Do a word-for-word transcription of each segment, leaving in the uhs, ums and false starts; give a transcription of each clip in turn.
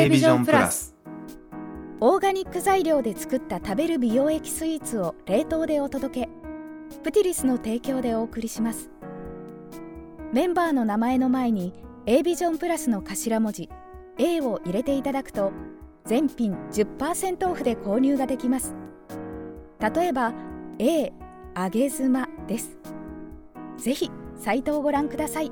A ビジョンプラス。 オーガニック材料で作った食べる美容液スイーツを冷凍でお届け。プティリスの提供でお送りします。メンバーの名前の前に A ビジョンプラスの頭文字 A を入れていただくと全品 じゅっパーセント オフで購入ができます。例えば A あげ妻です。ぜひサイトをご覧ください。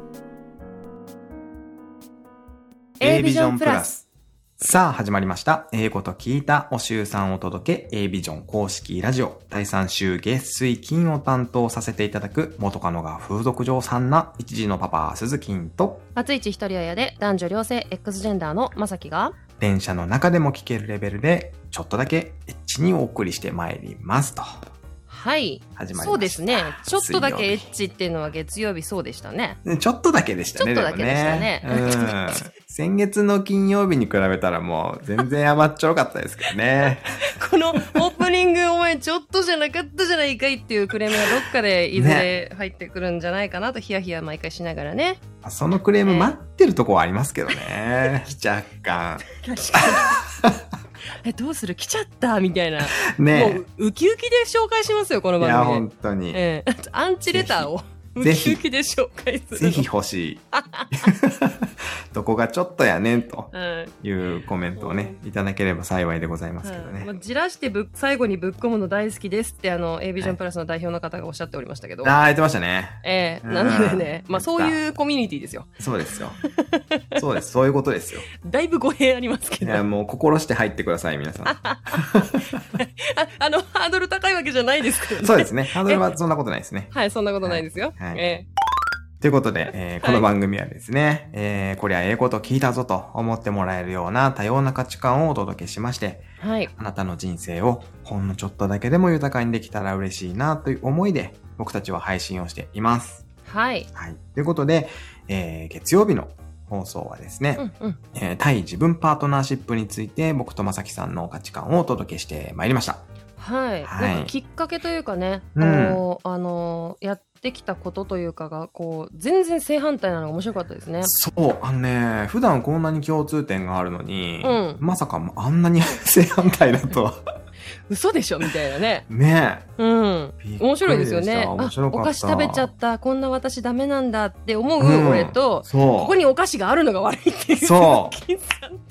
A ビジョンプラス。さあ始まりました。英語と聞いたお週さんを届け A ビジョン公式ラジオだいさん週月水金を担当させていただく元カノが風俗嬢さんな一児のパパ鈴金とバツイチ一人親で男女両性 X ジェンダーのまさきが電車の中でも聞けるレベルでちょっとだけエッチにお送りしてまいりますと。 はい始まりました。 そうですね。ちょっとだけエッチっていうのは月曜日そうでしたね。 ちょっとだけでしたね。 ちょっとだけでしたね。 うん先月の金曜日に比べたらもう全然甘っちょろかったですけどね。 このオープニングお前ちょっとじゃなかったじゃないかいっていうクレームがどっかでいずれ入ってくるんじゃないかなとヒヤヒヤ毎回しながらね。 そのクレーム待ってるとこはありますけどね。若干。 確かに。え、どうする来ちゃったみたいな。 ねもうウキウキで紹介しますよこの番組で。 いや本当に。 ええ、アンチレターをウキウキで紹介する。 ぜひ欲しい。どこがちょっとやねんというコメントをね、いただければ幸いでございますけどね。 うんまあ、じらしてぶ最後にぶっ込むの大好きですってあの A ビジョンプラスの代表の方がおっしゃっておりましたけど。 はい、ああ言ってましたね。 ええー、なのでね、まあそういうコミュニティですよ。 そうですよ。そうです。そういうことですよ。 だいぶ語弊ありますけど。 いやもう心して入ってください皆さん。ああのハードル高いわけじゃないですけどね。 そうですね。ハードルはそんなことないですね。 はい、そんなことないですよ。 はいはいえーということで、えー、この番組はですね、はい、えー、こりゃええこと聞いたぞと思ってもらえるような多様な価値観をお届けしまして、はい、あなたの人生をほんのちょっとだけでも豊かにできたら嬉しいなという思いで僕たちは配信をしています。 はい。 はい。ということで、えー、月曜日の放送はですね、うんうんえー、対自分パートナーシップについて僕とまさきさんの価値観をお届けしてまいりました。 はい。はい、なんかきっかけというかね、 うん、 あの、あのやってできたことというかがこう全然正反対なのが面白かったですね。 そうあのね普段こんなに共通点があるのに、うん、まさかあんなに正反対だとは嘘でしょみたいなね。 ねえ。うん。面白いですよね。あ、お菓子食べちゃった。こんな私ダメなんだって思う俺と、うん、そうここにお菓子があるのが悪いっていう。 そう。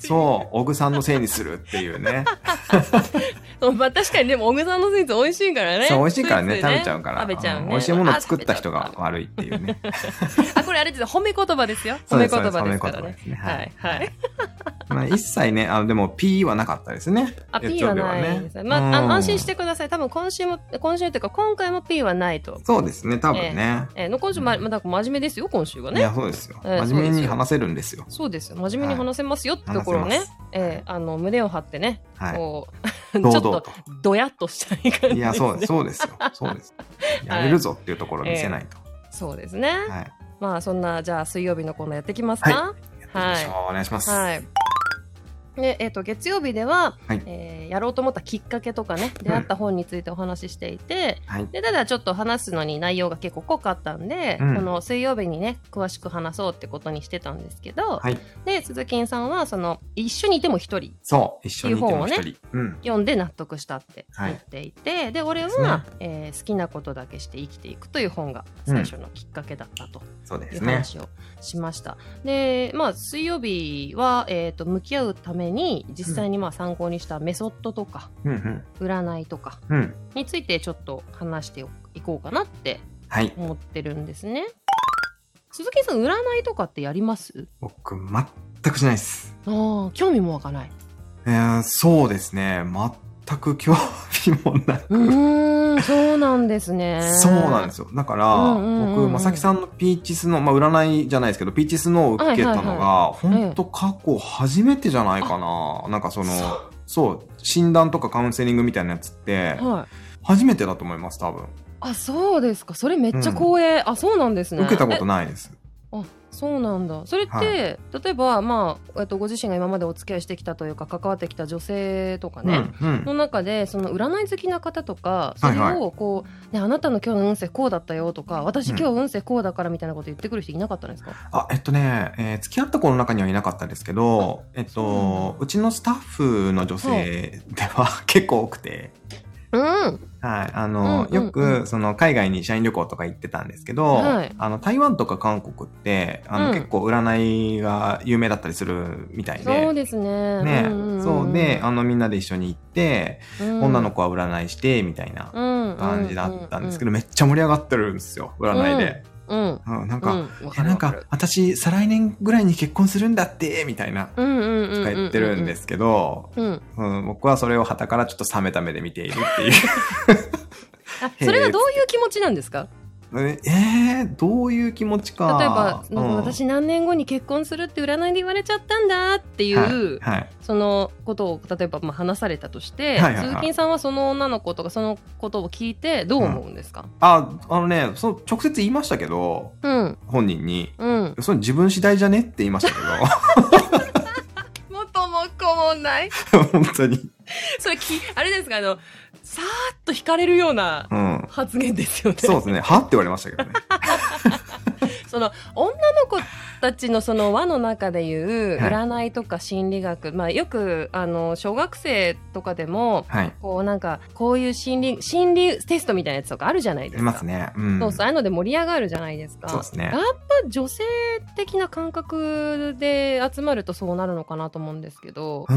そう。小具さんのせいにするっていうね。 まあ確かにでも小具さんのスイーツ美味しいからね。 そう美味しいからね。食べちゃうから。 食べちゃうね。 美味しいものを作った人が悪いっていうね。 あ、これあれですよ。褒め言葉ですよ。褒め言葉ですからね。はいはい。 まあ一切ね、あのでも P はなかったですね。 あ、P はないですね。まあ、あの安心してください。多分今週も、今週っていうか今回も P はないと。 そうですね、多分ね。 えー、の今週ま、まだ真面目ですよ、今週はね。 いや、そうですよ。真面目に話せるんですよ。 そうですよ。真面目に話せますよってところをね、えー、あの、胸を張ってね、こう、ちょっと、どやっとしたい感じ。 いや、そうです、そうですよ。そうです。やれるぞっていうところを見せないと。 そうですね。はい。まあ、そんな、じゃあ水曜日のコーナーやっていきますか。 はい。やっていきましょう。お願いします。はい。 でえー、と月曜日では、はいえー、やろうと思ったきっかけとかね出会った本についてお話ししていて、うん、でただちょっと話すのに内容が結構濃かったんで、うん、この水曜日にね詳しく話そうってことにしてたんですけど、はい、で鈴木さんはその一緒にいても一人っていう本をね、うん、読んで納得したって言っていて、はい、で俺は、ねえー、好きなことだけして生きていくという本が最初のきっかけだったという話をしました。で、まあ水曜日は、えー、と向き合うために実際にまあ参考にしたメソッドとか、うん、占いとかについてちょっと話していこうかなって思ってるんですね、はい、鈴木さん占いとかってやります？ 僕全くしないです。 あ興味も湧かない。 えー、そうですね全く興味もなく。 うーんそうなんですね。 そうなんですよ。だから、うんうんうんうん、僕まさきさんのピーチスの、まあ、占いじゃないですけどピーチスのを受けたのが本当過去初めてじゃないかな。なんかそのそう診断とかカウンセリングみたいなやつって、はい、初めてだと思います多分。 あそうですか。それめっちゃ光栄、うん、あそうなんですね。 受けたことないです。 あ、そうなんだ。それって、はい、例えば、まあ、えっと、ご自身が今までお付き合いしてきたというか関わってきた女性とかね、うんうん、の中でその占い好きな方とかそれをこう、はいはい、ね、あなたの今日の運勢こうだったよとか、私今日運勢こうだからみたいなこと言ってくる人いなかったんですか？ あ、えっとね、えー、付き合った子の中にはいなかったですけど、えっと、うちのスタッフの女性では結構多くて、 うん、 はい、あの、うんうんうん、よくその海外に社員旅行とか行ってたんですけど、はい、あの台湾とか韓国ってあの、うん、結構占いが有名だったりするみたいで、 そうですね。 ね、 うんうんうん、 そうで、あのみんなで一緒に行って、うん、女の子は占いしてみたいな感じだったんですけど、うんうんうんうん、めっちゃ盛り上がってるんですよ、占いで。うんうん、なんか、うん、えなんか私再来年ぐらいに結婚するんだってみたいなとか言ってるんですけど、僕はそれを傍からちょっと冷めた目で見ているっていうあ、それはどういう気持ちなんですか？ えー、どういう気持ちか。 例えば、うん、私何年後に結婚するって占いで言われちゃったんだっていう、はいはい、そのことを例えばまあ話されたとして、はいはいはい、鈴木さんはその女の子とかそのことを聞いてどう思うんですか？うん、 あ、あのね、そ直接言いましたけど、うん、本人に、うん、それ自分次第じゃねって言いましたけど元も子もない本当にそれきあれですか、あのさーっと惹かれるような発言ですよね、 うん、そうですね、はって言われましたけどねその女の子たちのその輪の中でいう占いとか心理学、はい、まあ、よくあの小学生とかでも、はい、こうなんかこういう心理心理テストみたいなやつとかあるじゃないですか。ありますね、うん、そうそう、ああいうので盛り上がるじゃないですか。 そうですね。 やっぱ女性的な感覚で集まるとそうなるのかなと思うんですけど、うん、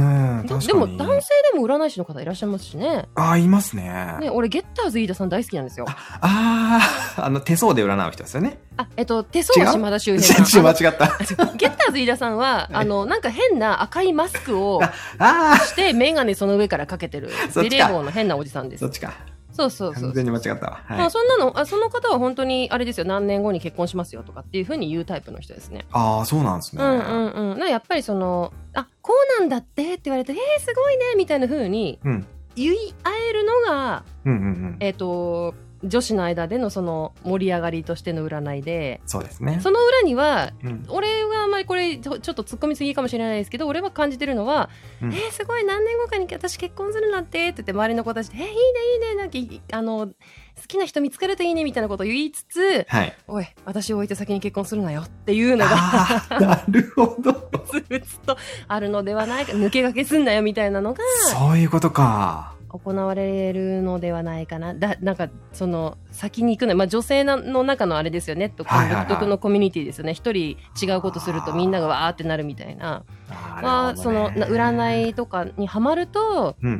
確かに。でも男性でも占い師の方いらっしゃいますしね。 ああ、いますね。 ね、俺ゲッターズ飯田さん大好きなんですよ。 ああ、あの手相で占う人ですよね。 あ、えっと手相は島田秀平さん。 間違った。 ゲッターズ飯田さんは、あのなんか変な赤いマスクをしてメガネその上からかけてるベレー帽の変なおじさんです。 そっちか。 そうそうそう。 完全に間違ったわ。はい、 あ、そんなの、あ、その方は本当にあれですよ、何年後に結婚しますよとかっていう風に言うタイプの人ですね。 ああ、そうなんですね。 うんうんうん。な、やっぱりその、あ、こうなんだってって言われて、えー、すごいねみたいな風に言い合えるのが、うんうんうん、えっと。女子の間でのその盛り上がりとしての占いで、 そうですね。 その裏には、うん、俺はあんまりこれちょっと突っ込みすぎかもしれないですけど、俺は感じてるのは、うん、えー、すごい何年後かに私結婚するなんてって言って周りの子たちで、えー、いいねいいね、なんかあの好きな人見つかるといいねみたいなことを言いつつ、はい、おい私を置いて先に結婚するなよっていうのがなるほどつぶつとあるのではないか、抜け駆けすんなよみたいなのが、 そういうことか。 行われるのではないかな。だなんかその先に行くのは、まあ、女性の中のあれですよね、独特のコミュニティですよね。一人違うことするとみんながわーってなるみたいな。まあ、その占いとかにハマると、うんうんうん、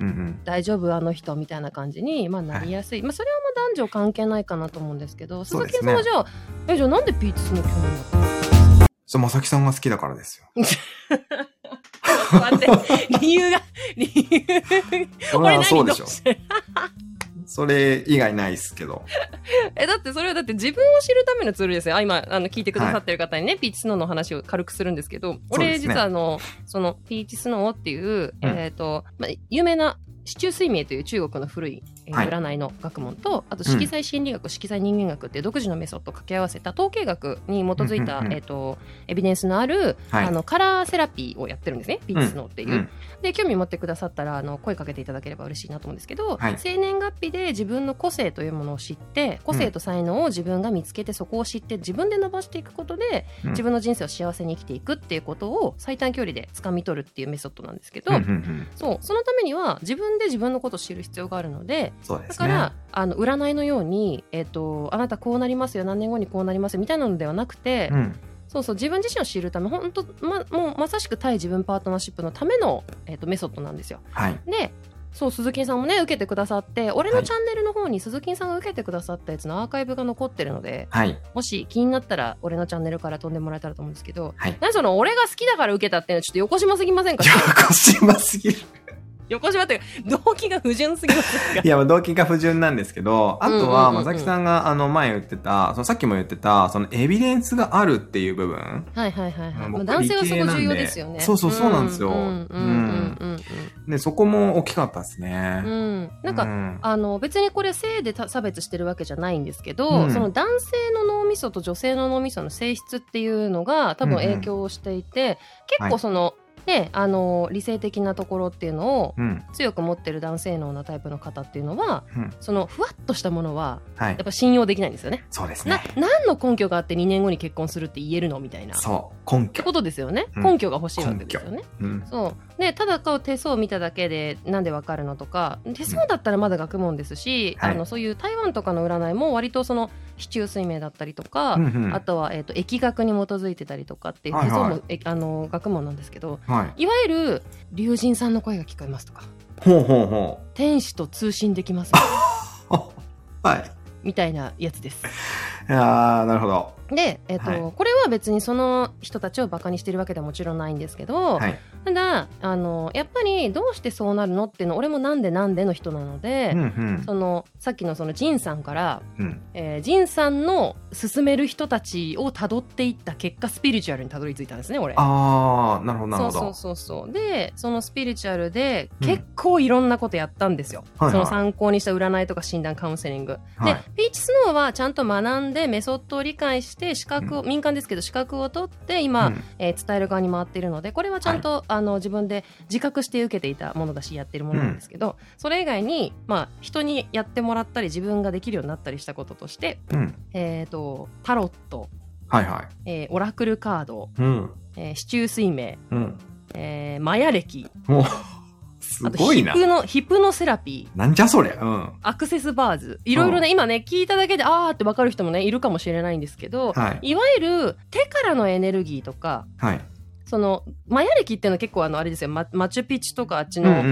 大丈夫あの人みたいな感じに、まあ、なりやすい、はい、まあ、それはまあ男女関係ないかなと思うんですけど、鈴木さんはじゃあ、えじゃあなんでピーチスの興味だったんですか？ そう、まさきさんが好きだからですよ待って、理由が理由これはそうでしょそれ以外ないっすけどえ、だってそれはだって自分を知るためのツールですよ。あ、今あの聞いてくださってる方にね、はい、ピーチスノーの話を軽くするんですけど、俺実はあのそのピーチスノーっていう、うん、えっ、ー、と、まあ、有名な四柱推命という中国の古い、えーはい、占いの学問と、あと色彩心理学、うん、色彩人間学っていう独自のメソッドを掛け合わせた統計学に基づいた、うんうんうん、えーと、エビデンスのある、はい、あのカラーセラピーをやってるんですね、ピーチスノーっていう、うんうん、で興味持ってくださったらあの声かけていただければ嬉しいなと思うんですけど、はい、生年月日で自分の個性というものを知って、個性と才能を自分が見つけて、そこを知って自分で伸ばしていくことで、うん、自分の人生を幸せに生きていくっていうことを最短距離で掴み取るっていうメソッドなんですけど、うんうんうん、そうそのためには自分で自分のことを知る必要があるので、 そうですね、 だからあの占いのように、えーと、あなたこうなりますよ、何年後にこうなりますよみたいなのではなくて、うん、そうそう、自分自身を知るため、本当、ま、もうまさしく対自分パートナーシップのための、えーと、メソッドなんですよ、はい、でそう鈴木さんもね受けてくださって、俺のチャンネルの方に鈴木さんが受けてくださったやつのアーカイブが残ってるので、はい、もし気になったら俺のチャンネルから飛んでもらえたらと思うんですけど、はい、何その俺が好きだから受けたっていうのはちょっと横島すぎませんか？ 横島すぎる横島って動機が不純すぎますか？ いや、動機が不純なんですけど、あとは、まさきさんがあの前言ってた、そのさっきも言ってた、そのエビデンスがあるっていう部分。 はいはいはいはい。まあ、男性はそこ重要ですよね。 そうそうそうなんですよ。 ね、そこも大きかったですね。 うん、なんか、うん、あの別にこれ性で差別してるわけじゃないんですけど、うん、その男性の脳みそと女性の脳みその性質っていうのが多分影響をしていて、うんうん、結構その、はいであの理性的なところっていうのを強く持ってる男性脳のタイプの方っていうのは、うん、そのふわっとしたものはやっぱ信用できないんですよね。 そうですね。 な何の根拠があってにねんごに結婚するって言えるのみたいな。 そう根拠ってことですよね、うん、根拠が欲しいわけですよね、 うん、 そうでただこう手相を見ただけでなんでわかるのとか手相だったらまだ学問ですし、うん、あのそういう台湾とかの占いも割とその四柱推命だったりとか、うんうん、あとは、えーと、疫学に基づいてたりとかっていう手相も、はいはい、えあの学問なんですけど、はい、いわゆる龍神さんの声が聞こえますとか、 ほうほうほう、 天使と通信できますはいみたいなやつです。 いやー、なるほど。 で、えーとはい、これは別にその人たちをバカにしてるわけではもちろんないんですけど、はい、ただあのやっぱりどうしてそうなるのっていうの俺もなんでなんでの人なので、うんうん、そのさっきのそのジンさんから、うんえー、ジンさんの勧める人たちをたどっていった結果スピリチュアルにたどり着いたんですね俺。 あー、なるほどなるほど。 そうそうそうそう。でそのスピリチュアルで結構いろんなことやったんですよ、うん、その参考にした占いとか診断カウンセリング、はい、でピーチスノーはちゃんと学んでメソッドを理解して資格を、うん、民間ですけど資格を取って今、うんえー、伝える側に回っているのでこれはちゃんと、はい、あの自分で自覚して受けていたものだしやってるものなんですけど、うん、それ以外に、まあ、人にやってもらったり自分ができるようになったりしたこととして、うんえー、とタロット、 はいはいえー、オラクルカード、 うんえー、四柱推命、 うんえー、マヤ歴、 すごいな。 あとヒプノ、ヒプノセラピー。 なんじゃそれ。うん。 アクセスバーズ。いろいろね、今ね、聞いただけで、あーって分かる人もね、いるかもしれないんですけど、はい、いわゆる手からのエネルギーとか、 はい、 そのマヤ歴っていうのは結構あのあれですよ、マ, マチュピチュとかあっちの、うんうんうん、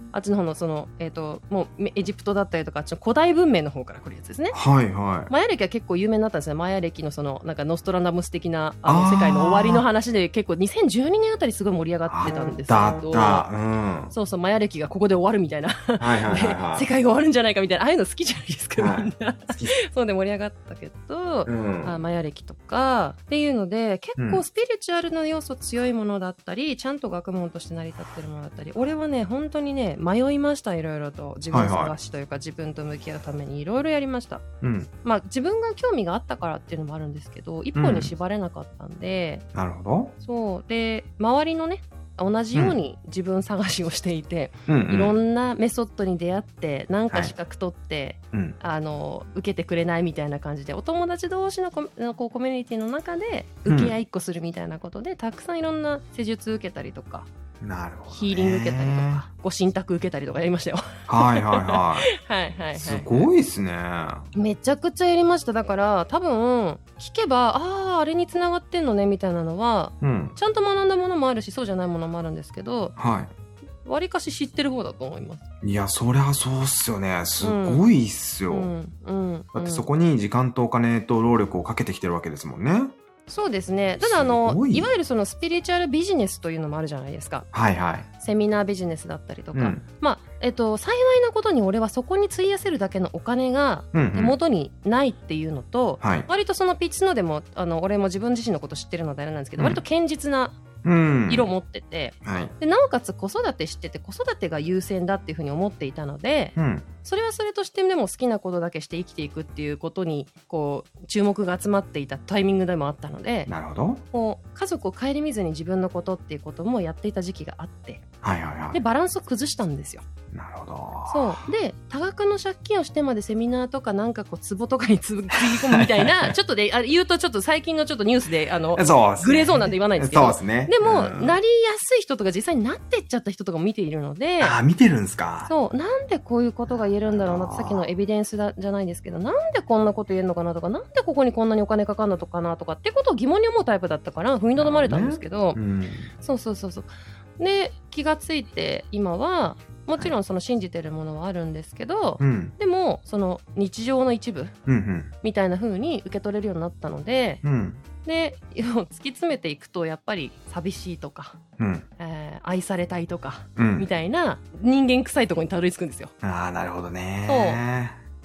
あっちの方のその、えーと、もうエジプトだったりとかあっちの古代文明の方から来るやつですね。 はいはい。 マヤ歴は結構有名になったんですね。マヤ歴のそのなんかノストラダムス的なあの世界の終わりの話で結構にせんじゅうにねんあたりすごい盛り上がってたんですけど、 だった、うん、 そうそうマヤ歴がここで終わるみたいなはいはいはい、はい、 世界が終わるんじゃないかみたいなああいうの好きじゃないですか、 はい、 みんなそうで盛り上がったけど、うん、あマヤ歴とかっていうので結構スピリチュアルな要素強いものだったり、うんちゃんと学問として成り立ってるものだったり俺はね本当にね迷いました。いろいろと自分探しというか、はいはい、自分と向き合うためにいろいろやりました、 うんまあ、自分が興味があったからっていうのもあるんですけど一本に縛れなかったんで、 うん、なるほど。 そうで周りのね同じように自分探しをしていて、 うん、 いろんなメソッドに出会って何か資格取って、はいうん、あの受けてくれないみたいな感じでお友達同士のコのこうコミュニティの中で受け合いっこするみたいなことで、うん、たくさんいろんな施術受けたりとかなるほど、ね、 ヒーリング受けたりとかご神託受けたりとかやりましたよはいはいはいはいはいはいすごいっすね。 めちゃくちゃやりました。だから多分聞けばあああれに繋がってんのねみたいなのは、うん、ちゃんと学んだものもあるしそうじゃないものもあるんですけど、 はいわりかし知ってる方だと思います。 いやそりゃそうっすよね。すごいっすよ、 うんうんうん、 だってそこに時間とお金と労力をかけてきてるわけですもんね。 そうですね。ただあの い, いわゆるそのスピリチュアルビジネスというのもあるじゃないですか。 はいはい。 セミナービジネスだったりとか、うん、まあえっと幸いなことに俺はそこに費やせるだけのお金が手元にないっていうのと、うんうん、割とそのピッチのでもあの俺も自分自身のこと知ってるのであれなんですけど、うん、割と堅実な色持ってて、 うんはい、 でなおかつ子育てしてて子育てが優先だっていうふうに思っていたので、 うん、 それはそれとしてでも好きなことだけして生きていくっていうことにこう注目が集まっていたタイミングでもあったので、 なるほど。 こう家族を顧みずに自分のことっていうこともやっていた時期があって、 はいはいはい、 でバランスを崩したんですよ。 なるほど。 そうで多額の借金をしてまでセミナーとかなんかこう壺とかにつぎ込むみたいなちょっとであ言うとちょっと最近のちょっとニュースであのそうですね、 グレーゾーンなんて言わないんですけど、 そうですね、 でも、うん、なりやすい人とか実際になってっちゃった人とかも見ているので、 あ見てるんですか。 そうなんでこういうことが言えるんだろうなってさっきのエビデンスだじゃないですけど、なんでこんなこと言えるのかなとか、なんでここにこんなにお金かかるのとかなとかってことを疑問に思うタイプだったから踏みとどまれたんですけど、 ねうん、 そうそうそうそうで気がついて今はもちろんその信じてるものはあるんですけど、 うん、 でもその日常の一部みたいな風に受け取れるようになったので、 うん、 で突き詰めていくとやっぱり寂しいとか、 うんえー、愛されたいとか、 うん、 みたいな人間臭いところにたどり着くんですよ。 あーなるほどね。 そう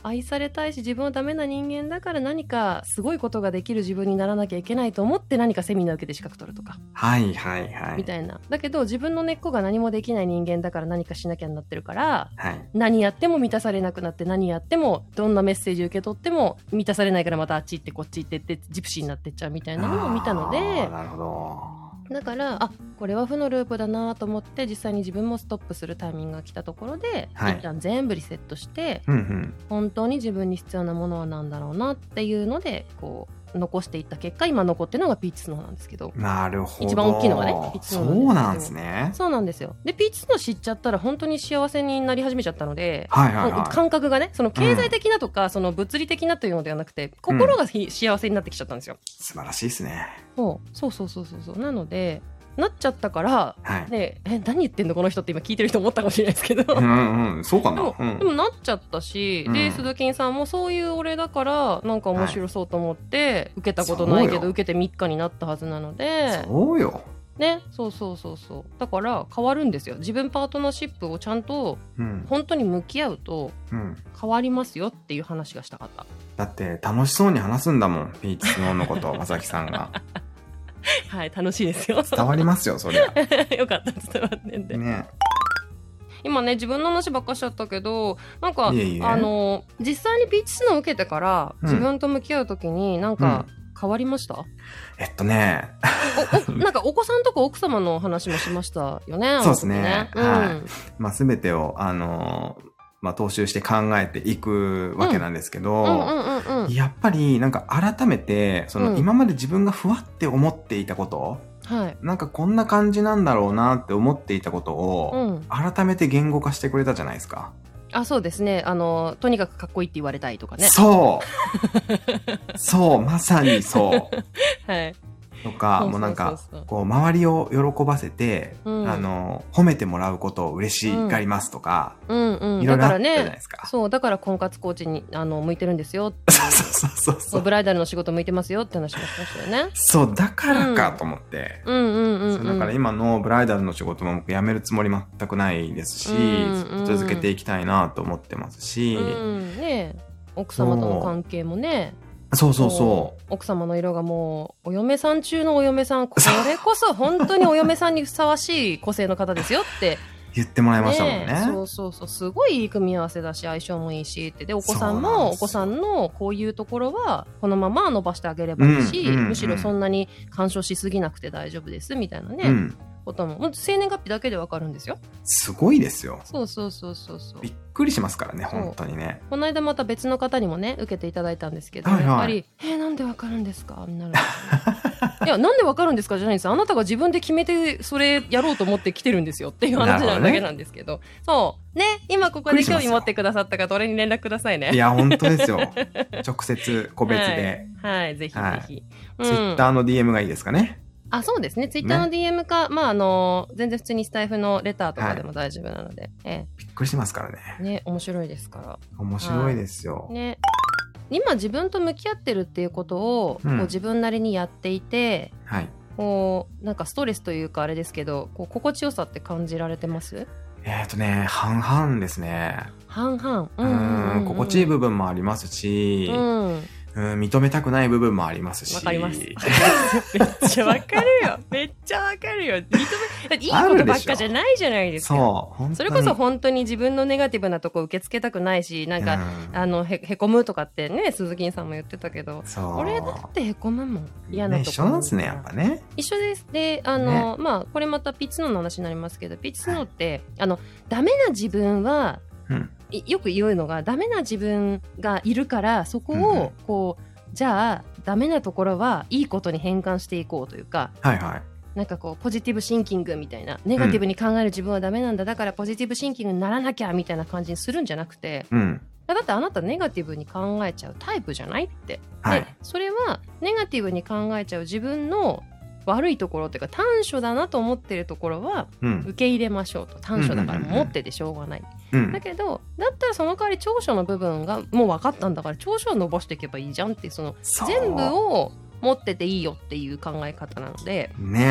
愛されたいし自分はダメな人間だから何かすごいことができる自分にならなきゃいけないと思って何かセミナー受けて資格取るとか、 はいはいはい、 みたいな。だけど自分の根っこが何もできない人間だから何かしなきゃになってるから、 はい、 何やっても満たされなくなって、何やってもどんなメッセージ受け取っても満たされないからまたあっち行ってこっち行ってってジプシーになってっちゃうみたいなのを見たので、 なるほど。 だからあこれは負のループだなと思って実際に自分もストップするタイミングが来たところで、はい、一旦全部リセットして、 うんうん、 本当に自分に必要なものは何だろうなっていうのでこう残していった結果今残ってるのがピーチスノーなんですけど。 なるほど。 一番大きいのがねピーチスノーそうなんですね。 そうなんですよ。でピーチスノー知っちゃったら本当に幸せになり始めちゃったので、 はいはいはい、 感覚がねその経済的なとか、うん、その物理的なというのではなくて心が、うん、幸せになってきちゃったんですよ。 素晴らしいですね。 そうそうそうそうそうそうなのでなっちゃったから、 はい、 でえ何言ってんのこの人って今聞いてる人思ったかもしれないですけど、 うんうん、そうかな。 でも、 うん、 でもなっちゃったし、 うん、 で鈴木さんもそういう俺だからなんか面白そうと思って、はい、受けたことないけど受けてみっかになったはずなので、 そうよね、そうそうそうそうだから変わるんですよ。自分パートナーシップをちゃんと本当に向き合うと変わりますよっていう話がしたかった、うん、 だって楽しそうに話すんだもんピーチスノーのことまさきさんがはい楽しいですよ。 伝わりますよそりゃよかった伝わってんでね。 今ね自分の話ばっかしちゃったけどなんかいえいえあの実際にピーチスノー受けてから、うん、自分と向き合うときになんか変わりました、うん、 えっとねおおなんかお子さんとか奥様の話もしましたよね。 そうですね、ね、 うん、 はい、まあ、全てをあのーまあ、踏襲して考えていくわけなんですけど、やっぱりなんか改めてその今まで自分がふわって思っていたこと、 はい、 なんかこんな感じなんだろうなって思っていたことを改めて言語化してくれたじゃないですか。 あ、そうですね。あのとにかくかっこいいって言われたいとかね。 そうそうまさにそうはいとか、もうなんかこう周りを喜ばせて、うん、あの褒めてもらうことを嬉しがりますとか、 うんうんうん、 いろいろあったじゃないですか。 だからね、そうだから婚活コーチにあの向いてるんですよってそうそうそうそうブライダルの仕事向いてますよって話もしましたよね。 そうだからかと思って、 うんうんうんうんうん、 だから今のブライダルの仕事も僕辞めるつもり全くないですし、うんうん、続けていきたいなと思ってますし、 うんね、奥様との関係もね、 そうそうそう奥様の色がもうお嫁さん中のお嫁さん、これこそ本当にお嫁さんにふさわしい個性の方ですよって言ってもらいましたもんね。 そうそうそうすごいいい組み合わせだし相性もいいしって。でお子さんもお子さんのこういうところはこのまま伸ばしてあげればいいし、うんうんうん、むしろそんなに干渉しすぎなくて大丈夫ですみたいなね、うん、ことも本当生年月日だけでわかるんですよ。 すごいですよ。 そうそうそうそうそうびっくりしますからね本当にね。 この間また別の方にもね受けていただいたんですけど、はいはい、やっぱりえー、なんでわかるんですかになるんですよ、ね、いやなんでわかるんですかじゃないんですよ。あなたが自分で決めてそれやろうと思って来てるんですよっていう話なだけなんですけど、ね、そうね今ここで興味持ってくださった方俺に連絡くださいね。 いや本当ですよ直接個別で、 はい、はい、ぜひぜひ、はい、 うん、ツイッターの ディーエム がいいですかね。 あ、そうですね。ツイッターの ディーエム か、ね、まああの全然普通にスタイフのレターとかでも大丈夫なので、はい、ええ、 びっくりしますからね。 ね、面白いですから。 面白いですよ。 ね、今自分と向き合ってるっていうことを、うん、こう自分なりにやっていて、 はい、 こうなんかストレスというかあれですけど、こう心地よさって感じられてます？ えっとね、半々ですね。 半々。 うん、うん、心地いい部分もありますし。うんうん、認めたくない部分もありますし。 わかります。めっちゃわかるよ。めっちゃわかるよ。認め、いいことばっかじゃないじゃないですか。 そう。 それこそ本当に自分のネガティブなとこ受け付けたくないし、なんか、うん、あのへ、へこむとかってね、鈴木さんも言ってたけど、俺だってへこむもん。嫌なとこ、ね、 一緒なんですね、やっぱね。 一緒です。で、あの、ね、まあ、これまたピッチノーの話になりますけど、ピッチノーって、はい、あの、ダメな自分は、うん、よく言うのが、ダメな自分がいるから、そこを、こう、うんじゃあダメなところはいいことに変換していこうというか、 はいはい、 なんかこうポジティブシンキングみたいな、ネガティブに考える自分はダメなんだ、うん、だからポジティブシンキングにならなきゃみたいな感じにするんじゃなくて、 うん、 だってあなたネガティブに考えちゃうタイプじゃないって、 はい、 でそれはネガティブに考えちゃう自分の悪いところっていうか短所だなと思ってるところは受け入れましょうと、短所だから持っててしょうがない、うんうんうん、だけどだったらその代わり長所の部分がもう分かったんだから長所を伸ばしていけばいいじゃんって、その全部を持ってていいよっていう考え方なので、 ね、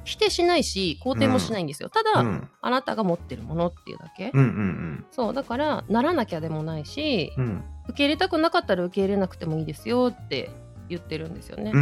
否定しないし肯定もしないんですよ、うん、ただ、うん、あなたが持ってるものっていうだけ、うんうんうん、そうだからならなきゃでもないし、うん、受け入れたくなかったら受け入れなくてもいいですよって言ってるんですよね、うん、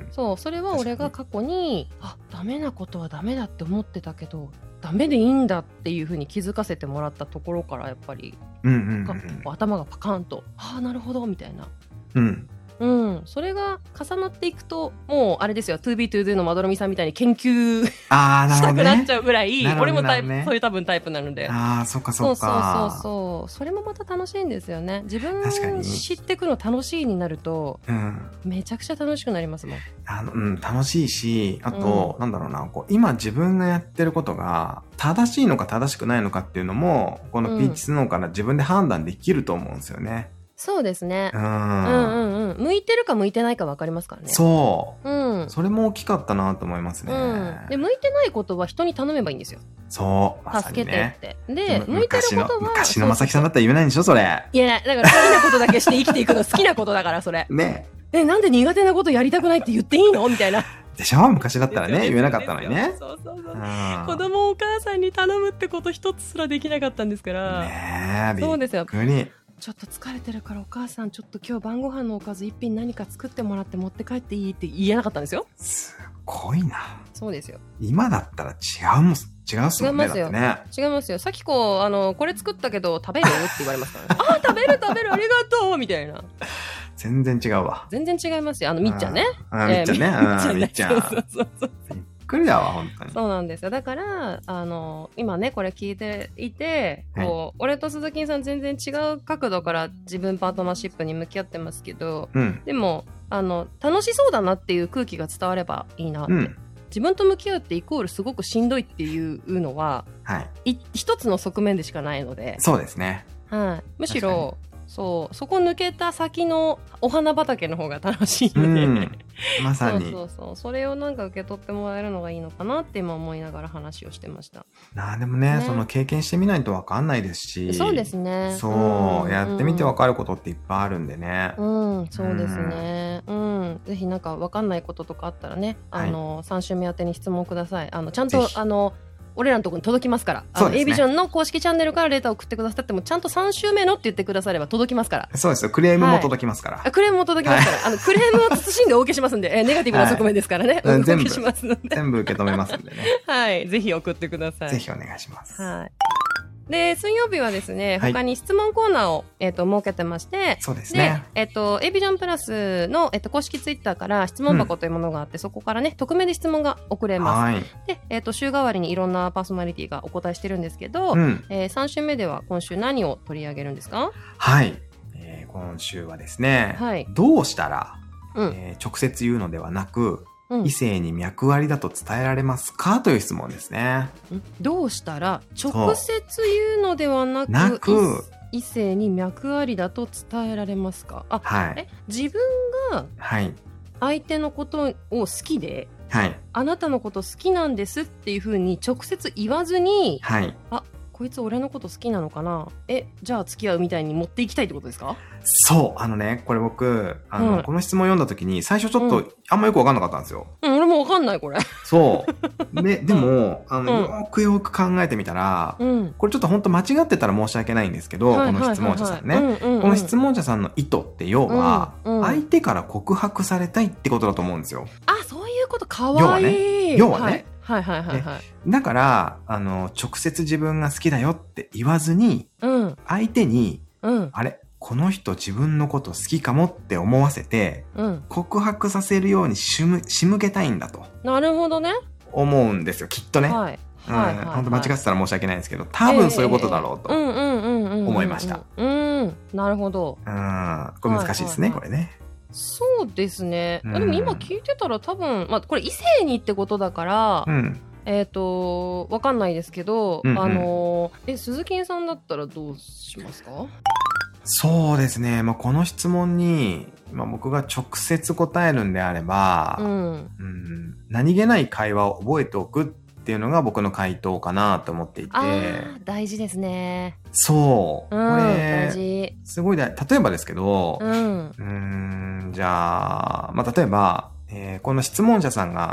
そうそれは俺が過去にあダメなことはダメだって思ってたけどダメでいいんだっていう風に気づかせてもらったところからやっぱり、うんうんうん、頭がパカーンとああなるほどみたいな、うんうん、それが重なっていくともうあれですよ トゥービートゥードゥ のまどろみさんみたいに研究したくなっちゃうぐらい、ね、俺もタイプ、ね、そういう多分タイプなのでああそっかそっかそうそうそうそうそれもまた楽しいんですよね自分知っていくの楽しいになると、うん、めちゃくちゃ楽しくなりますもんあの、うん、楽しいしあと、うん、なんだろうなこう今自分がやってることが正しいのか正しくないのかっていうのもこのピーチスノーから自分で判断できると思うんですよね、うんそうですね、うん、うんうんうん向いてるか向いてないか分かりますからねそう、うん、それも大きかったなと思いますね、うん、 で向いてないことは人に頼めばいいんですよそう、 まさにね、助けてってで向いてることは昔のまさきさんだったら言えないんでしょそれいやだから好きなことだけして生きていくの好きなことだからそれねえなんで苦手なことやりたくないって言っていいのみたいなでしょ昔だったらね言えなかったのにねそうそうそう、うん、子供をお母さんに頼むってこと一つすらできなかったんですからねえそうですよびっくりちょっと疲れてるからお母さんちょっと今日晩ご飯のおかず一品何か作ってもらって持って帰っていいって言えなかったんですよすごいなそうですよ今だったら違うもん違うっすもんね違いますよ、 ね、違いますよさきこあのこれ作ったけど食べるって言われますからねあ食べる食べるありがとうみたいな全然違うわ全然違いますよあのみっちゃんねあみっちゃんねみっちゃんそうそうそうそうびっくりだわ本当にそうなんですよだからあの今ねこれ聞いていてこう、はい、俺と鈴木さん全然違う角度から自分パートナーシップに向き合ってますけど、うん、でもあの楽しそうだなっていう空気が伝わればいいなって、うん、自分と向き合うってイコールすごくしんどいっていうのは、はい、い一つの側面でしかないのでそうですね、 はい、むしろそうそこ抜けた先のお花畑の方が楽しいので、うん、 まさにそうそうそうそれをなんか受け取ってもらえるのがいいのかなって今思いながら話をしてましたなでも ね, ねその経験してみないと分かんないですしそうですねそう、うん、やってみて分かることっていっぱいあるんでねうんそうですねうん、うん、ぜひなんか分かんないこととかあったらねあの、はい、さん週目宛てに質問くださいあのちゃんとあの俺らのところに届きますから、あの、ね、A ビジョンの公式チャンネルからレターを送ってくださってもちゃんとさん週目のって言ってくだされば届きますからそうですよクレームも届きますから、 はい、クレームも届きますから、はい、あのクレームを慎んでお受けしますんで、えー、ネガティブな側面ですからね、はい、お受けしますので全部受け止めますんでねはいぜひ送ってくださいぜひお願いします、 はいで水曜日はですね、はい、他に質問コーナーを、えー、と設けてましてそうですねで、えー、と A ビジョンプラスの、えー、と公式ツイッターから質問箱というものがあって、うん、そこからね匿名で質問が送れます、はいでえー、と週替わりにいろんなパーソナリティがお答えしてるんですけど、うんえー、さん週目では今週何を取り上げるんですかはい、えー、今週はですね、はい、どうしたら、うんえー、直接言うのではなくうん、異性に脈ありだと伝えられますかという質問ですね。 どうしたら直接言うのではなくなく異性に脈ありだと伝えられますかあ、はい、え自分が相手のことを好きで、はい、あなたのこと好きなんですっていう風に直接言わずに、はい、あこいつ俺のこと好きなのかなえじゃあ付き合うみたいに持っていきたいってことですかそうあのねこれ僕あの、うん、この質問読んだ時に最初ちょっと、うん、あんまよく分かんなかったんですよ、 うん、俺も分かんないこれそうで, でもあの、うん、よくよく考えてみたら、うん、これちょっと本当間違ってたら申し訳ないんですけど、はい、この質問者さんね、この質問者さんの意図って要は、うんうん、相手から告白されたいってことだと思うんですよあそういうことかわいい要はね要はね、 はいはいはいはい、 だからあの直接自分が好きだよって言わずに、うん、相手に、うん、あれこの人自分のこと好きかもって思わせて、うん、告白させるようにしむ仕向けたいんだとなるほどね思うんですよきっとね、はいうんはいはいはい、本当間違ってたら申し訳ないんですけど多分そういうことだろうと思いましたうんなるほどうんこれ難しいですね、はいはいはい、これねそうですね、うん、でも今聞いてたら多分、まあ、これ異性にってことだから、うん、えっ、ー、とわかんないですけど、うんうん、あのえ鈴木さんだったらどうしますかそうですね、まあ、この質問に、まあ、僕が直接答えるんであれば、うんうん、何気ない会話を覚えておくっていうのが僕の回答かなと思っていてあ大事ですねそう、うん、これ大事すごいだ例えばですけど、うん、うーんじゃあ、まあ、例えば、えー、この質問者さんが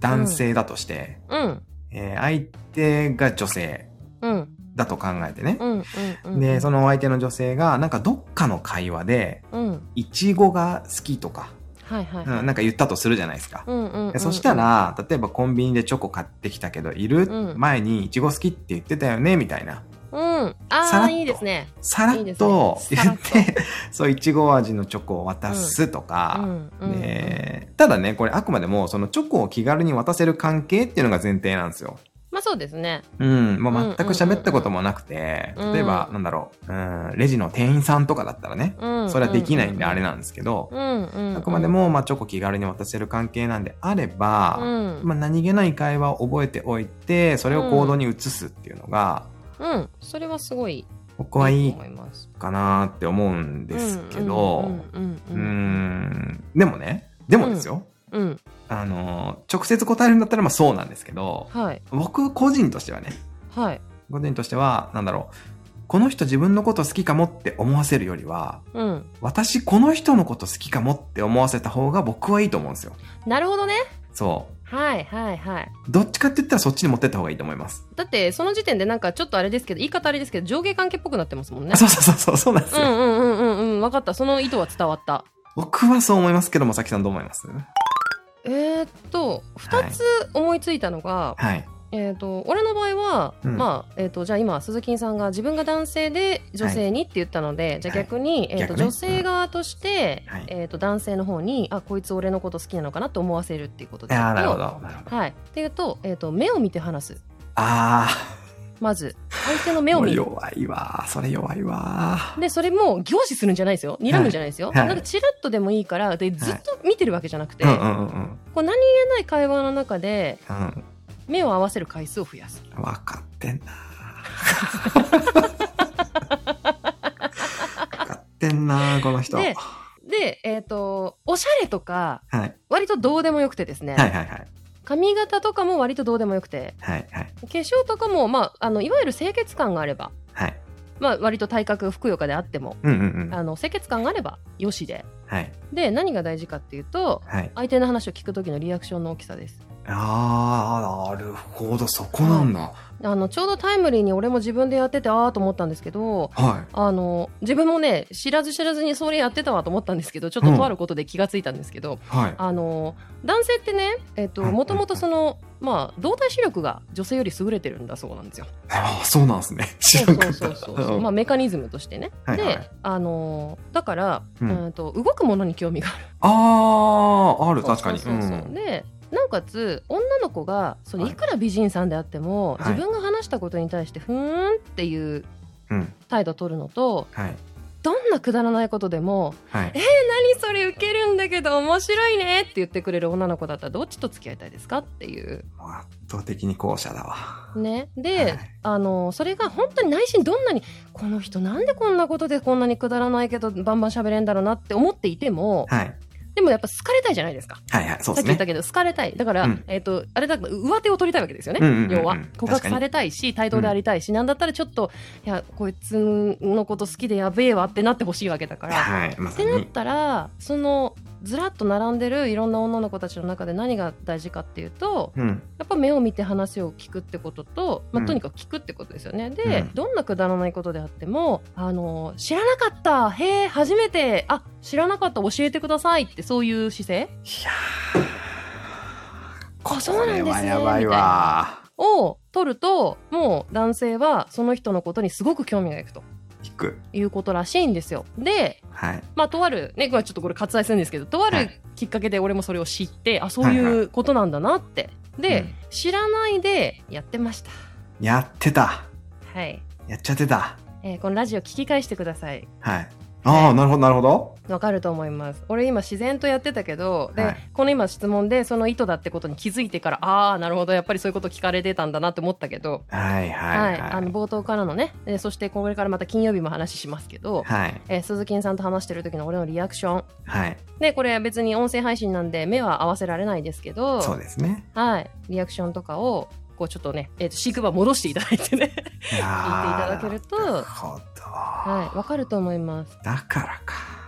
男性だとして、うん、えー、相手が女性だと考えてね、うんうんうんうん、でその相手の女性がなんかどっかの会話で、うん、いちごが好きとか、はいはいはい、うん、なんか言ったとするじゃないですか、うんうんうんうん、そしたら例えばコンビニでチョコ買ってきたけどいる、うん、前にいちご好きって言ってたよねみたいな、 うん、ああいいですね。 さらっと言って、いいね、そういちご味のチョコを渡すとか、うんうんでうん、ただねこれあくまでもそのチョコを気軽に渡せる関係っていうのが前提なんですよ。 まあそうですね。 うん、もう全く喋ったこともなくて、うんうんうん、例えばなんだろう、うん、レジの店員さんとかだったらね、うん、それはできないんであれなんですけど、うんうんうん、あくまでもまあチョコ気軽に渡せる関係なんであれば、うん、まあ何気ない会話を覚えておいて、それを行動に移すっていうのが。 うん、それはすごい僕はいいかなって思うんですけど、うーん、でもね、でもですよ、うんうん、あの直接答えるんだったらまあそうなんですけど、はい、僕個人としてはね、はい、個人としてはなんだろう、この人自分のこと好きかもって思わせるよりは、うん、私この人のこと好きかもって思わせた方が僕はいいと思うんですよ。 なるほどね。 そう。 はいはいはい。 どっちかって言ったらそっちに持ってった方がいいと思います。 だってその時点でなんかちょっとあれですけど、言い方あれですけど上下関係っぽくなってますもんね。 そうそうそうそうなんですよ。 うんうんうんうんうん、分かった。その意図は伝わった。 僕はそう思いますけども、さきさんどう思います？ えー、っとふたつ思いついたのが、はい、えー、と俺の場合は、うん、まあえー、とじゃあ今鈴木さんが自分が男性で女性にって言ったので、はい、じゃあ逆に、はい、えー、と女性側として、うん、えー、と男性の方にあこいつ俺のこと好きなのかなと思わせるっていうことで、 あなるほどなるほど、 はい、っていうと、えー、と目を見て話す。 あまず相手の目を見る。 弱いわそれ弱いわ。 でそれも凝視するんじゃないですよ、睨むんじゃないですよ、はい、なんかチラッとでもいいからでずっと見てるわけじゃなくて、はい、うんうんうん、こう何気ない会話の中で、うん、目を合わせる回数を増やす。 分かってんな分かってんなこの人で、で、えーと、おしゃれとか、はい、割とどうでもよくてですね、はいはいはい、髪型とかも割とどうでもよくて、はいはい、化粧とかも、まあ、あのいわゆる清潔感があれば、はい、まあ、割と体格ふくよかであっても、うんうんうん、あの清潔感があればよしで、はい、で何が大事かっていうと、はい、相手の話を聞く時のリアクションの大きさです。 あーなるほどそこなんだ、はい、 あのちょうどタイムリーに俺も自分でやっててあーと思ったんですけど、はい、あの自分もね知らず知らずにそれやってたわと思ったんですけどちょっととあることで気がついたんですけど、うんはい、あの男性ってね、えーと、もともとその、まあ、動体視力が女性より優れてるんだそうなんですよ。 ああそうなんですね。知らんかった。 そうそうそうそう、まあ、メカニズムとしてね、はいはい、であのだから、うん、うんと動くものに興味がある。 ああある確かに。 そうそうそうそう、うん、でなおかつ女の子がそのいくら美人さんであっても、はい、自分が話したことに対してふーんっていう態度を取るのと、はい、どんなくだらないことでも、はい、えー、何それウケるんだけど面白いねって言ってくれる女の子だったらどっちと付き合いたいですかっていう。 圧倒的に後者だわ、 ね、で、はい、あのそれが本当に内心どんなにこの人なんでこんなことでこんなにくだらないけどバンバン喋れんだろうなって思っていても、はいでもやっぱ好かれたいじゃないですか。 はいはい、そうですね。 さっき言ったけど好かれたい。だから、うん、えっと、あれだ、上手を取りたいわけですよね。うんうんうんうん、要は。告白されたいし、対等でありたいし、うん、なんだったらちょっと、いや、こいつのこと好きでやべえわってなってほしいわけだから。はい、まさに。ってなったら、その、ずらっと並んでるいろんな女の子たちの中で何が大事かっていうと、うん、やっぱ目を見て話を聞くってことと、まあ、とにかく聞くってことですよね。うん、で、どんなくだらないことであっても、あの知らなかったへえ初めてあ知らなかった教えてくださいってそういう姿勢。いやーこれはやばいわーを取るともう男性はその人のことにすごく興味がいくということらしいんですよ。で、はい、まあとあるね、ちょっとこれ割愛するんですけど、とあるきっかけで俺もそれを知って、はい、あそういうことなんだなって、はいはい、で、うん、知らないでやってました。 やってた。 はい。 やっちゃってた。 えー、このラジオ聞き返してください。 はい。ああ、なるほどなるほど。 わかると思います。俺今自然とやってたけど、で、はい、この今質問でその意図だってことに気づいてから、ああなるほどやっぱりそういうこと聞かれてたんだなって思ったけど、 はいはいはい、はい、 あの冒頭からのね、えー、そしてこれからまた金曜日も話しますけど、はい、えー、鈴木さんと話してる時の俺のリアクション、はい、でこれ別に音声配信なんで目は合わせられないですけど、 そうですね、 はい、リアクションとかをこうちょっとね、えー、と飼育場戻していただいてね聞いていただけると、 なるほど、 はい、わかると思います。 だからか。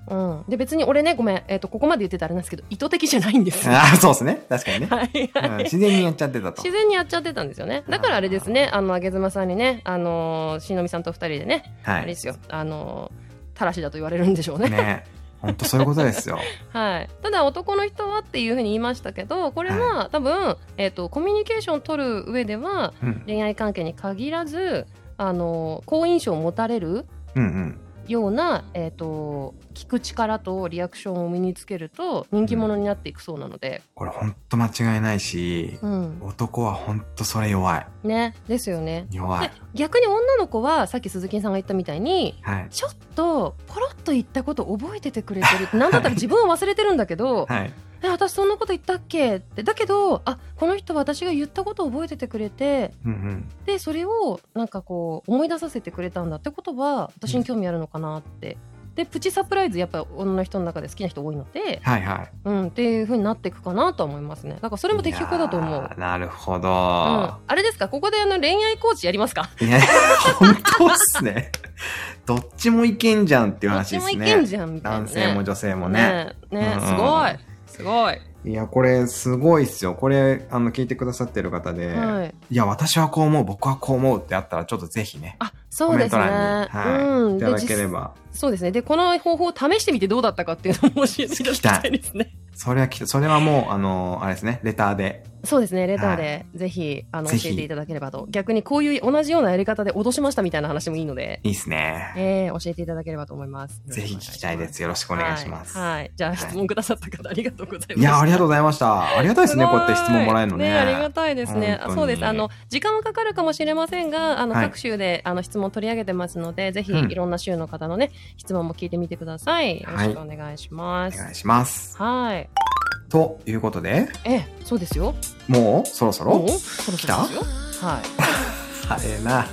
うん、で別に俺ねごめん、えー、とここまで言ってたあれなんですけど意図的じゃないんですよ。 あそうですね確かにね、はいはいうん、自然にやっちゃってたと。 自然にやっちゃってたんですよね。だからあれですね、あのあげずまさんにね、あのー、しのみさんとふたりでね、はい、あれですよ、あのー、たらしだと言われるんでしょうね。ね本当そういうことですよ。 はい、ただ男の人はっていうふうに言いましたけど、これは、はい、多分、えー、とコミュニケーションを取る上では、うん、恋愛関係に限らずあのー、好印象を持たれる、うんうんような、えーと、聞く力とリアクションを身につけると人気者になっていくそうなので、 うん、これほんと間違いないし、うん、男はほんとそれ弱いねですよね。 弱い。 で逆に女の子はさっき鈴木さんが言ったみたいに、はい、ちょっとポロッと言ったこと覚えててくれてるってなんだったら自分は忘れてるんだけど、はいえ私そんなこと言ったっけってだけどあこの人私が言ったことを覚えててくれて、うんうん、でそれをなんかこう思い出させてくれたんだってことは私に興味あるのかなって、うん、でプチサプライズやっぱ女の人の中で好きな人多いので、はいはいうん、っていう風になっていくかなとは思いますね。だからそれも適格だと思う。 なるほど、うん、 あれですかここであの恋愛コーチやりますか。 いや本当っすねどっちもいけんじゃんっていう話ですね。 どっちもいけんじゃんみたいな、ね、 男性も女性もねねね、うん、すごいすごい。 いやこれすごいっすよ。これあの聞いてくださってる方で、はい、いや私はこう思う僕はこう思うってあったらちょっとぜひねあそうですねコメント欄に、はいうん、 いただければ。 そうですね。でこの方法を試してみてどうだったかっていうのも教えていただきたいですね。 それはきそれはもうあのあれですねレターで。 そうですねレターで、はい、ぜひあの教えていただければと。逆にこういう同じようなやり方で脅しましたみたいな話もいいのでいいですね、 えー、教えていただければと思います。 ぜひ聞きたいです。よろしくお願いします。 はい、はい、じゃあ質問くださった方、はい、ありがとうございます。 いやありがとうございました。ありがたいですねこうやって質問もらえるの ね, ねありがたいですね。そうですあの時間はかかるかもしれませんがあの、はい、各週であの質問取り上げてますのでぜひいろんな週の方のね、うん、質問も聞いてみてください。よろしくお願いします。 はい、お願いします。 はいということでええそうですよ。 もうそろそろもうそろそろですよ。はい早えな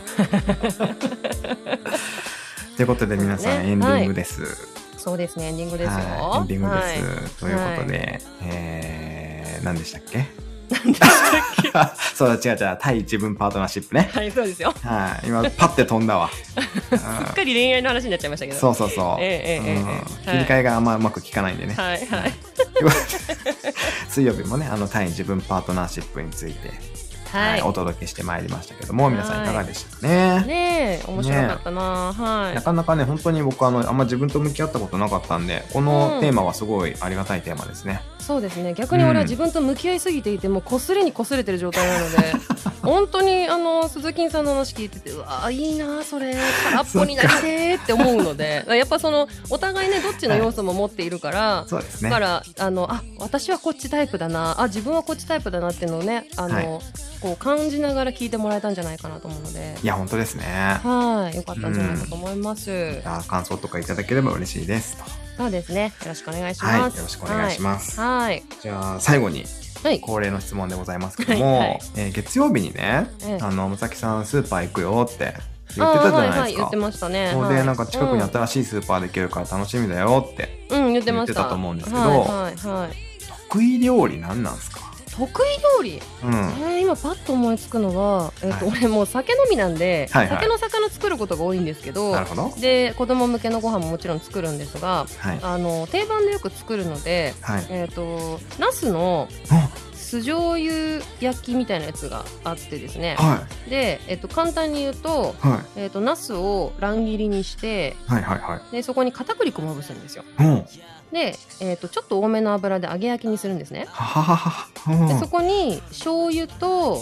ということで皆さん、ね、エンディングです、はい、 そうですねエンディングですよ、 はい、エンディングです、はい、ということで、はいえー、何でしたっけ何でしたっけそうだ違う違う対自分パートナーシップね。 はいそうですよ。 はい、今パッて飛んだわすっかり恋愛の話になっちゃいましたけど。 そうそうそう、えーえーうんえー、切り替えがあんまうまく効かないんでね。 はいはい水曜日もねあの対自分パートナーシップについて、はいはい、お届けしてまいりましたけども皆さんいかがでしたかね。 ねえ面白かったな、ねはい、 なかなかね本当に僕あのあんま自分と向き合ったことなかったんでこのテーマはすごいありがたいテーマですね、 うん、そうですね逆に俺は自分と向き合いすぎていて、うん、もう擦れに擦れてる状態なので本当にあの鈴木さんの話聞いててうわいいなそれ空っぽになりてーって思うのでやっぱそのお互いねどっちの要素も持っているから、はい、 そうですね、 だからあのあ私はこっちタイプだなあ自分はこっちタイプだなっていうのをねあの、はい、こう感じながら聞いてもらえたんじゃないかなと思うのでいや本当ですねはいよかったんじゃないかと思います、うん、 感想とかいただければ嬉しいですと。 そうですねよろしくお願いします、 はい、よろしくお願いします、 はいはい、 じゃあ最後に恒例の質問でございますけども、はいはいえー、月曜日にね、ええ、あのむさきさんスーパー行くよって言ってたじゃないですか。はいはい、 言ってましたね。 それでなんか近くに新しいスーパーできるから楽しみだよって言ってたと思うんですけど、うん、はいはいはい、得意料理何なんですか？ 得意料理、うんえー、今パッと思いつくのは、えーとはい、俺もう酒飲みなんで、はいはい、酒の魚作ることが多いんですけど、 なるほどで子供向けのご飯ももちろん作るんですが、はい、あの定番でよく作るので、はいえーと、ナスの酢醤油焼きみたいなやつがあってですね、はい、で、えーと、簡単に言うと、はいえーと、ナスを乱切りにして、はいはいはい、でそこに片栗粉をまぶすんですよ、うんで、えー、とちょっと多めの油で揚げ焼きにするんですね。はははでそこに醤油と、はい、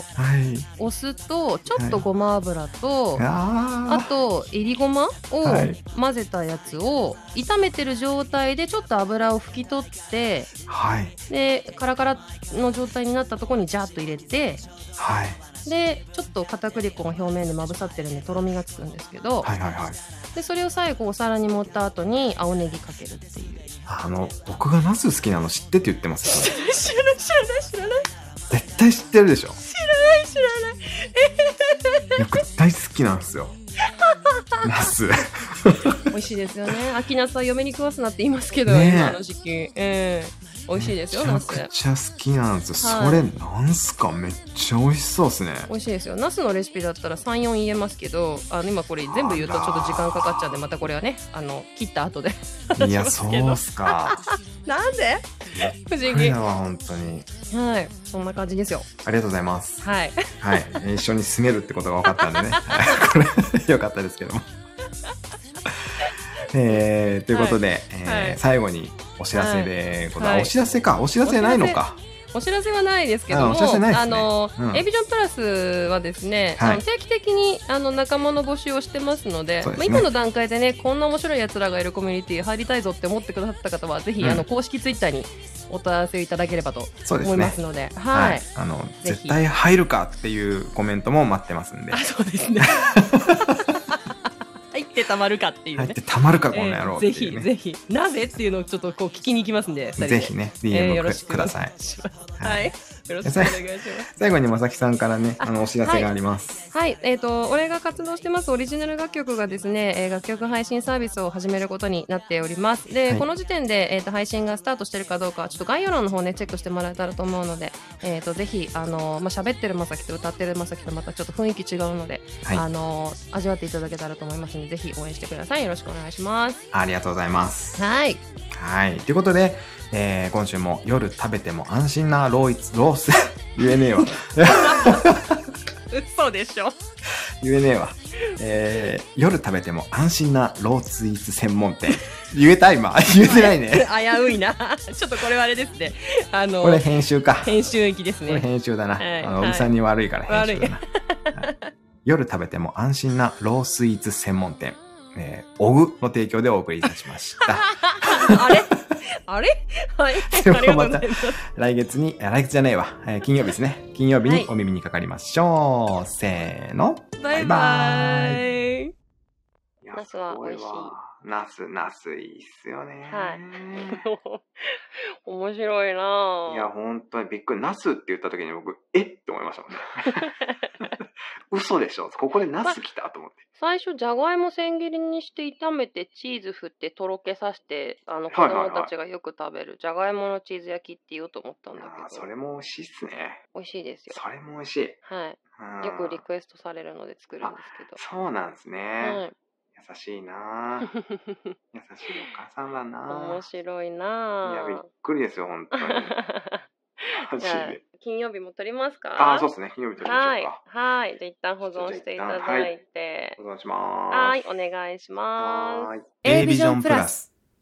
お酢とちょっとごま油と、はい、あ, あとえりごまを混ぜたやつを炒めてる状態でちょっと油を拭き取って、はい、でカラカラの状態になったところにジャーッと入れて、はい、でちょっと片栗粉が表面でまぶさってるんでとろみがつくんですけど、はいはいはい、でそれを最後お皿に盛った後に青ネギかけるっていう。 あの僕がナス好きなの知ってって言ってますよね。 知らない知らない知らない絶対知ってるでしょ。知らない知らない僕大好きなんですよナス美味しいですよね。秋ナスは嫁に食わすなって言いますけど、ね、今の時期、えー美味しいですよ、ナス。 めちゃくちゃ好きなんですよ。はい、それなんすか、めっちゃ美味しそうですね。 美味しいですよ。ナスのレシピだったらさん、よん言えますけど、あの今これ全部言うとちょっと時間かかっちゃうんで、またこれはね、あの切った後でいや、そうっすか。 なんで不思議。 いや、本当に。 はい、そんな感じですよ。 ありがとうございます。 はい。 はい、一緒に住めるってことが分かったんでね。これ、よかったですけども。えー、ということで、はい、えーはい、最後にお知らせで、はい、お知らせか、お知らせないのか。 お知らせはないですけども、あ、ね、あの、うん、A ビジョンプラスはですね、はい、あの定期的にあの仲間の募集をしてますので、でね、まあ、今の段階でね、こんな面白い奴らがいるコミュニティ入りたいぞって思ってくださった方は、ぜひ、うん、あの公式ツイッターにお問い合わせいただければと思いますので、で、ね、はい、はい、 あの絶対入るかっていうコメントも待ってますんで。 あ、そうですね。入ってたまるかっていうね。 入ってたまるかこの野郎っていう、ね、 えー、ぜひぜひなぜっていうのをちょっとこう聞きに行きますんで、 ぜひね ディーエム を、えー、よろしくください。 はい、よろしくお願いします。 最後にまさきさんからね、あのお知らせがあります。 はい、はい、えっ、ー、と俺が活動してますオリジナル楽曲がですね、えー、楽曲配信サービスを始めることになっております。で、はい、この時点で、えー、と配信がスタートしてるかどうかはちょっと概要欄の方ねチェックしてもらえたらと思うので、えー、とぜひあのまあ喋ってるまさきと歌ってるまさきとまたちょっと雰囲気違うので、はい、あの味わっていただけたらと思いますので、ぜひ応援してください。よろしくお願いします。 ありがとうございます。 はい。 はい。ということで、えー、今週も夜食べても安心なローイツロース言えねえわ。 嘘でしょ。 言えねえわ。えー、夜食べても安心なロースイーツ専門店。言えた今言えてないね。 危ういな。ちょっとこれはあれですね。あのこれ編集か。 編集域ですね。 これ編集だな。はい、あの、はい、おじさんに悪いから編集だな。はい、夜食べても安心なロースイーツ専門店。えー、オグの提供でお送りいたしました。 あれあれはい。 ではまた来月に、来月じゃないわ、えー、金曜日ですね。金曜日にお耳にかかりましょう。はい、せーの。 バイバイ。 いや、ナスは美味しい。ナス、ナスいいっすよね。 はい。面白いなぁ。 いや、本当にびっくり。ナスって言った時に僕、えって思いましたもんね。嘘でしょ。ここでナス来たと思って。 最初じゃがいも千切りにして炒めてチーズ振ってとろけさせて、あの子供たちがよく食べるじゃがいものチーズ焼きって言おうと思ったんだけど、 あ、それも美味しいっすね。 美味しいですよ。 それも美味しい。 はい。よくリクエストされるので作るんですけど。 そうなんですね。はい、優しいな。優しいお母さんだな。 面白いな。 いや、びっくりですよ本当に。 じゃあ金曜日も撮りますか？ ああ、そうですね。金曜日撮りましょうか。 はい。はい。じゃあ一旦保存していただいて。 はい、保存します。 はい。お願いします。 はい。A ビジョンプラス。